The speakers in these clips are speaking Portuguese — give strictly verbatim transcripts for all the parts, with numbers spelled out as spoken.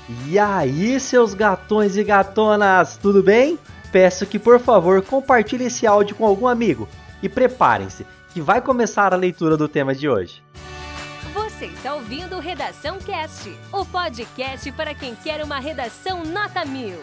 E aí, seus gatões e gatonas, tudo bem? Peço que, por favor, compartilhe esse áudio com algum amigo. E preparem-se, que vai começar a leitura do tema de hoje. Você está ouvindo Redação Cast, o podcast para quem quer uma redação nota mil.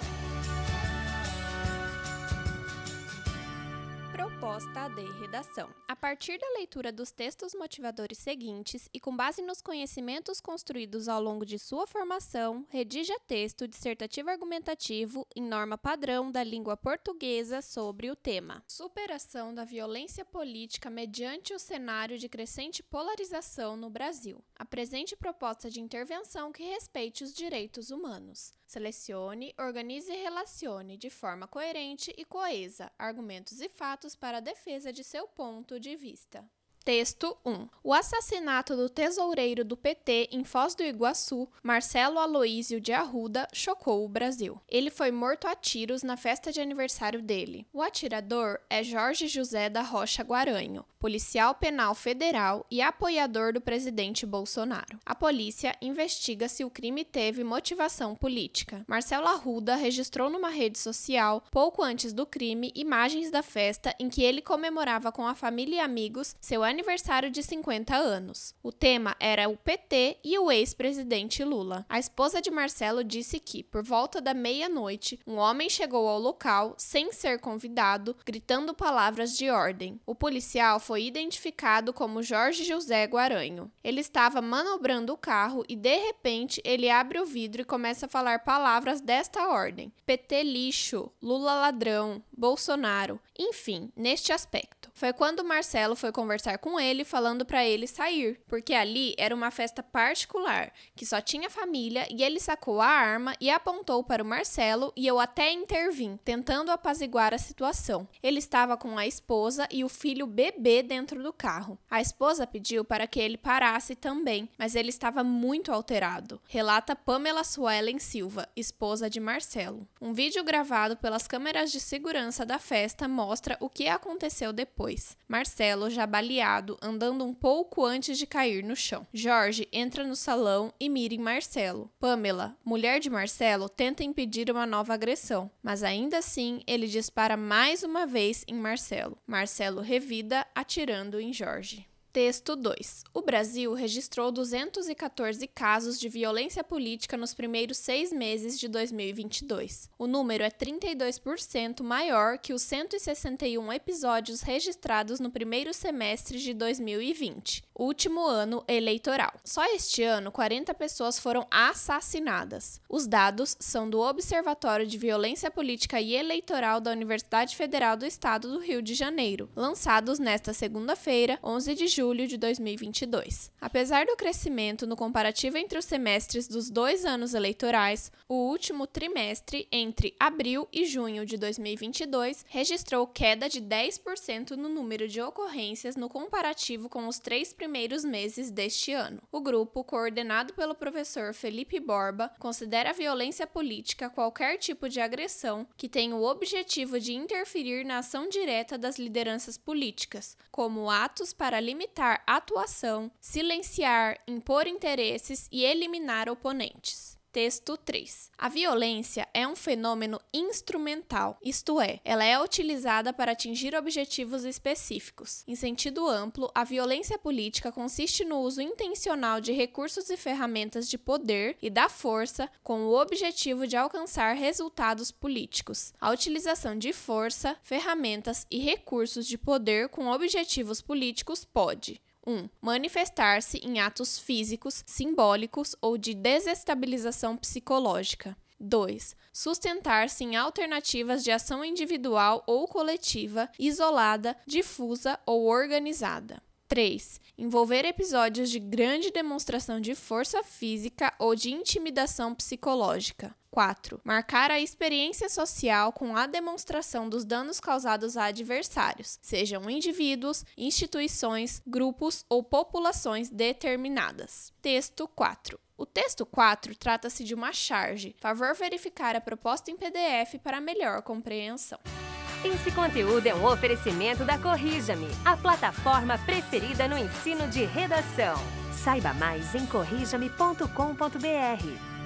Proposta de redação. A partir da leitura dos textos motivadores seguintes e com base nos conhecimentos construídos ao longo de sua formação, redija texto dissertativo argumentativo em norma padrão da língua portuguesa sobre o tema: superação da violência política mediante o cenário de crescente polarização no Brasil. Apresente proposta de intervenção que respeite os direitos humanos. Selecione, organize e relacione de forma coerente e coesa argumentos e fatos para a defesa de seu ponto de vista. Texto um. O assassinato do tesoureiro do P T em Foz do Iguaçu, Marcelo Aloísio de Arruda, chocou o Brasil. Ele foi morto a tiros na festa de aniversário dele. O atirador é Jorge José da Rocha Guaranho, policial penal federal e apoiador do presidente Bolsonaro. A polícia investiga se o crime teve motivação política. Marcelo Arruda registrou numa rede social, pouco antes do crime, imagens da festa em que ele comemorava com a família e amigos seu aniversário de cinquenta anos. O tema era o P T e o ex-presidente Lula. A esposa de Marcelo disse que, por volta da meia-noite, um homem chegou ao local sem ser convidado, gritando palavras de ordem. O policial foi identificado como Jorge José Guaranho. Ele estava manobrando o carro e, de repente, ele abre o vidro e começa a falar palavras desta ordem: P T lixo, Lula ladrão, Bolsonaro, enfim, neste aspecto. Foi quando Marcelo foi conversar com ele, falando para ele sair, porque ali era uma festa particular, que só tinha família, e ele sacou a arma e apontou para o Marcelo, e eu até intervim, tentando apaziguar a situação. Ele estava com a esposa e o filho bebê dentro do carro. A esposa pediu para que ele parasse também, mas ele estava muito alterado, relata Pamela Suelen Silva, esposa de Marcelo. Um vídeo gravado pelas câmeras de segurança da festa mostra o que aconteceu depois. Marcelo, já baleado, andando um pouco antes de cair no chão. Jorge entra no salão e mira em Marcelo. Pamela, mulher de Marcelo, tenta impedir uma nova agressão, mas ainda assim ele dispara mais uma vez em Marcelo. Marcelo revida, atirando em Jorge. Texto dois. O Brasil registrou duzentos e quatorze casos de violência política nos primeiros seis meses de dois mil e vinte e dois. O número é trinta e dois por cento maior que os cento e sessenta e um episódios registrados no primeiro semestre de dois mil e vinte, último ano eleitoral. Só este ano, quarenta pessoas foram assassinadas. Os dados são do Observatório de Violência Política e Eleitoral da Universidade Federal do Estado do Rio de Janeiro, lançados nesta segunda-feira, onze de julho de dois mil e vinte e dois. Apesar do crescimento no comparativo entre os semestres dos dois anos eleitorais, o último trimestre, entre abril e junho de dois mil e vinte e dois, registrou queda de dez por cento no número de ocorrências no comparativo com os três primeiros meses deste ano. O grupo, coordenado pelo professor Felipe Borba, considera a violência política qualquer tipo de agressão que tenha o objetivo de interferir na ação direta das lideranças políticas, como atos para limitar a atuação, silenciar, impor interesses e eliminar oponentes. Texto três. A violência é um fenômeno instrumental, isto é, ela é utilizada para atingir objetivos específicos. Em sentido amplo, a violência política consiste no uso intencional de recursos e ferramentas de poder e da força com o objetivo de alcançar resultados políticos. A utilização de força, ferramentas e recursos de poder com objetivos políticos pode: um. Manifestar-se em atos físicos, simbólicos ou de desestabilização psicológica. dois. Sustentar-se em alternativas de ação individual ou coletiva, isolada, difusa ou organizada. três. Envolver episódios de grande demonstração de força física ou de intimidação psicológica. quatro. Marcar a experiência social com a demonstração dos danos causados a adversários, sejam indivíduos, instituições, grupos ou populações determinadas. Texto quatro. O texto quatro trata-se de uma charge. Favor verificar a proposta em P D F para melhor compreensão. Esse conteúdo é um oferecimento da Corrija-me, a plataforma preferida no ensino de redação. Saiba mais em corrija me ponto com ponto br.